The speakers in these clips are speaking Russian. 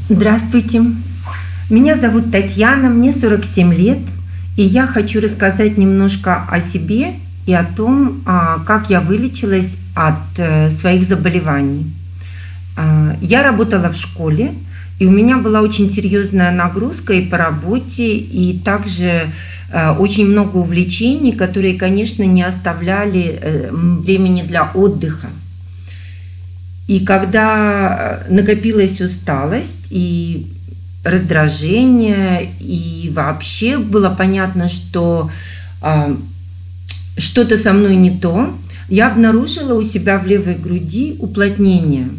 Здравствуйте, меня зовут Татьяна, мне 47 лет, и я хочу рассказать немножко о себе и о том, как я вылечилась от своих заболеваний. Я работала в школе, и у меня была очень серьезная нагрузка и по работе, и также очень много увлечений, которые, конечно, не оставляли времени для отдыха. И когда накопилась усталость и раздражение, и вообще было понятно, что что-то со мной не то, я обнаружила у себя в левой груди уплотнение.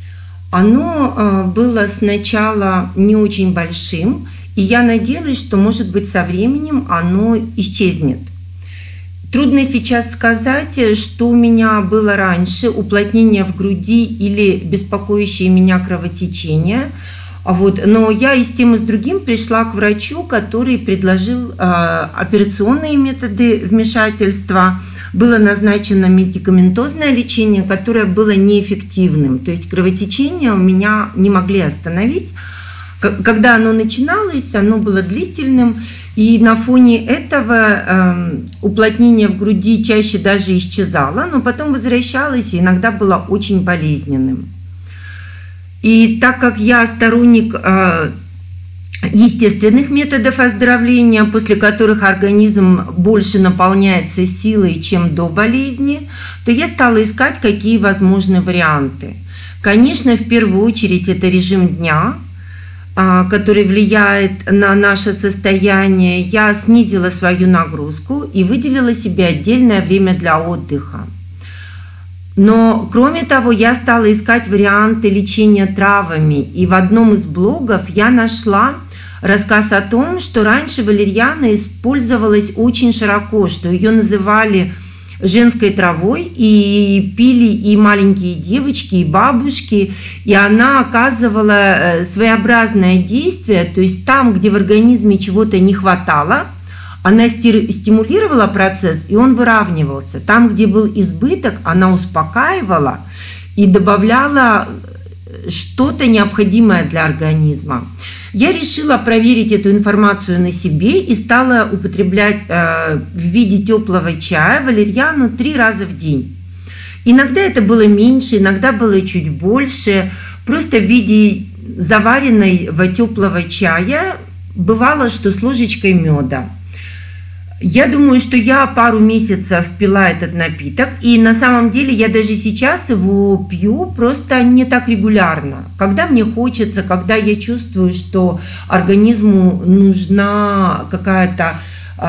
Оно было сначала не очень большим, и я надеялась, что, может быть, со временем оно исчезнет. Трудно сейчас сказать, что у меня было раньше, уплотнение в груди или беспокоящее меня кровотечение. Но я и с тем, и с другим пришла к врачу, который предложил операционные методы вмешательства. Было назначено медикаментозное лечение, которое было неэффективным. То есть кровотечение у меня не могли остановить. Когда оно начиналось, оно было длительным. И на фоне этого уплотнение в груди чаще даже исчезало, но потом возвращалось и иногда было очень болезненным. И так как я сторонник естественных методов оздоровления, после которых организм больше наполняется силой, чем до болезни, то я стала искать, какие возможны варианты. Конечно, в первую очередь это режим дня, который влияет на наше состояние. Я снизила свою нагрузку и выделила себе отдельное время для отдыха. Но, кроме того, я стала искать варианты лечения травами. И в одном из блогов я нашла рассказ о том, что раньше валерьяна использовалась очень широко, что ее называли женской травой, и пили и маленькие девочки, и бабушки, и она оказывала своеобразное действие, то есть там, где в организме чего-то не хватало, она стимулировала процесс, и он выравнивался. Там, где был избыток, она успокаивала и добавляла что-то необходимое для организма. Я решила проверить эту информацию на себе и стала употреблять в виде теплого чая валерьяну 3 раза в день. Иногда это было меньше, иногда было чуть больше. Просто в виде заваренного теплого чая бывало, что с ложечкой меда. Я думаю, что я пару месяцев пила этот напиток, и на самом деле я даже сейчас его пью просто не так регулярно. Когда мне хочется, когда я чувствую, что организму нужна какая-то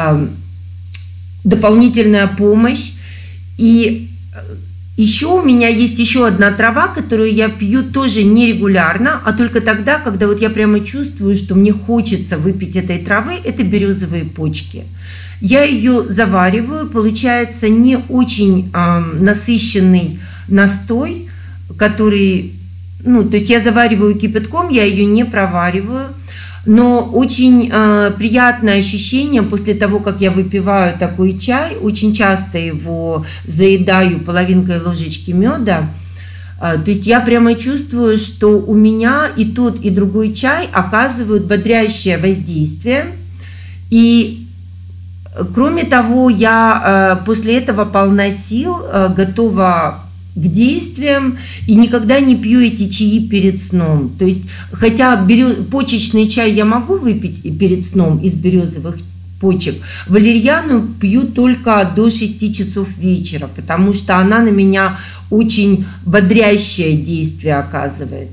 дополнительная помощь. И еще у меня есть еще одна трава, которую я пью тоже нерегулярно, а только тогда, когда вот я прямо чувствую, что мне хочется выпить этой травы, это березовые почки. Я ее завариваю, получается не очень насыщенный настой, который, то есть я завариваю кипятком, я ее не провариваю, но очень приятное ощущение после того, как я выпиваю такой чай, очень часто его заедаю половинкой ложечки меда. То есть я прямо чувствую, что у меня и тот, и другой чай оказывают бодрящее воздействие. И кроме того, я после этого полна сил, готова к действиям и никогда не пью эти чаи перед сном. То есть, хотя почечный чай я могу выпить перед сном из березовых почек, валерьяну пью только до 6 часов вечера, потому что она на меня очень бодрящее действие оказывает.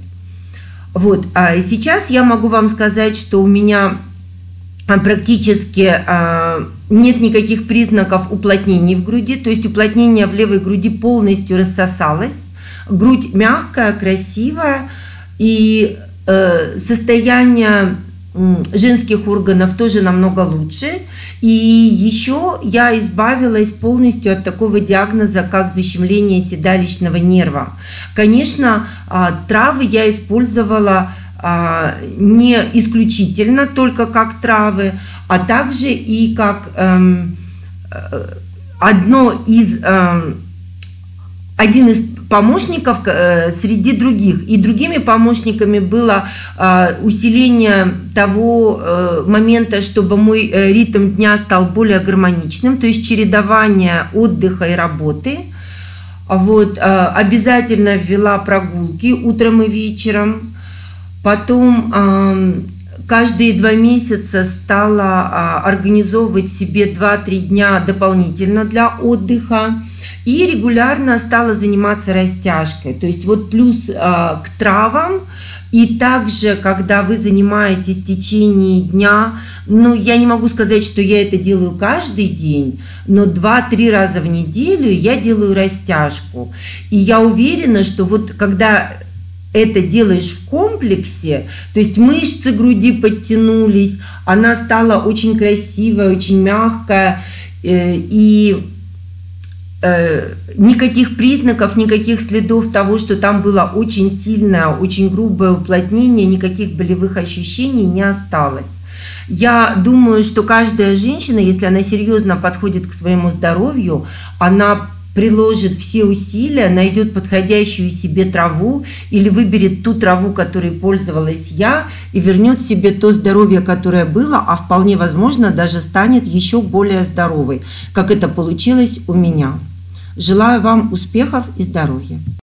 А сейчас я могу вам сказать, что у меня практически нет никаких признаков уплотнений в груди, то есть уплотнение в левой груди полностью рассосалось, грудь мягкая, красивая, и состояние женских органов тоже намного лучше. И еще я избавилась полностью от такого диагноза, как защемление седалищного нерва. Конечно, травы я использовала не исключительно только как травы, а также и как один из помощников среди других. И другими помощниками было усиление того момента, чтобы мой ритм дня стал более гармоничным, то есть чередование отдыха и работы. Вот, обязательно ввела прогулки утром и вечером. Потом каждые 2 месяца стала организовывать себе 2-3 дня дополнительно для отдыха. И регулярно стала заниматься растяжкой. То есть вот плюс к травам. И также, когда вы занимаетесь в течение дня, ну, я не могу сказать, что я это делаю каждый день, но 2-3 раза в неделю я делаю растяжку. И я уверена, что вот когда это делаешь в комплексе, то есть мышцы груди подтянулись, она стала очень красивая, очень мягкая, и никаких признаков, никаких следов того, что там было очень сильное, очень грубое уплотнение, никаких болевых ощущений не осталось. Я думаю, что каждая женщина, если она серьезно подходит к своему здоровью, она приложит все усилия, найдет подходящую себе траву или выберет ту траву, которой пользовалась я, и вернет себе то здоровье, которое было, а вполне возможно даже станет еще более здоровой, как это получилось у меня. Желаю вам успехов и здоровья.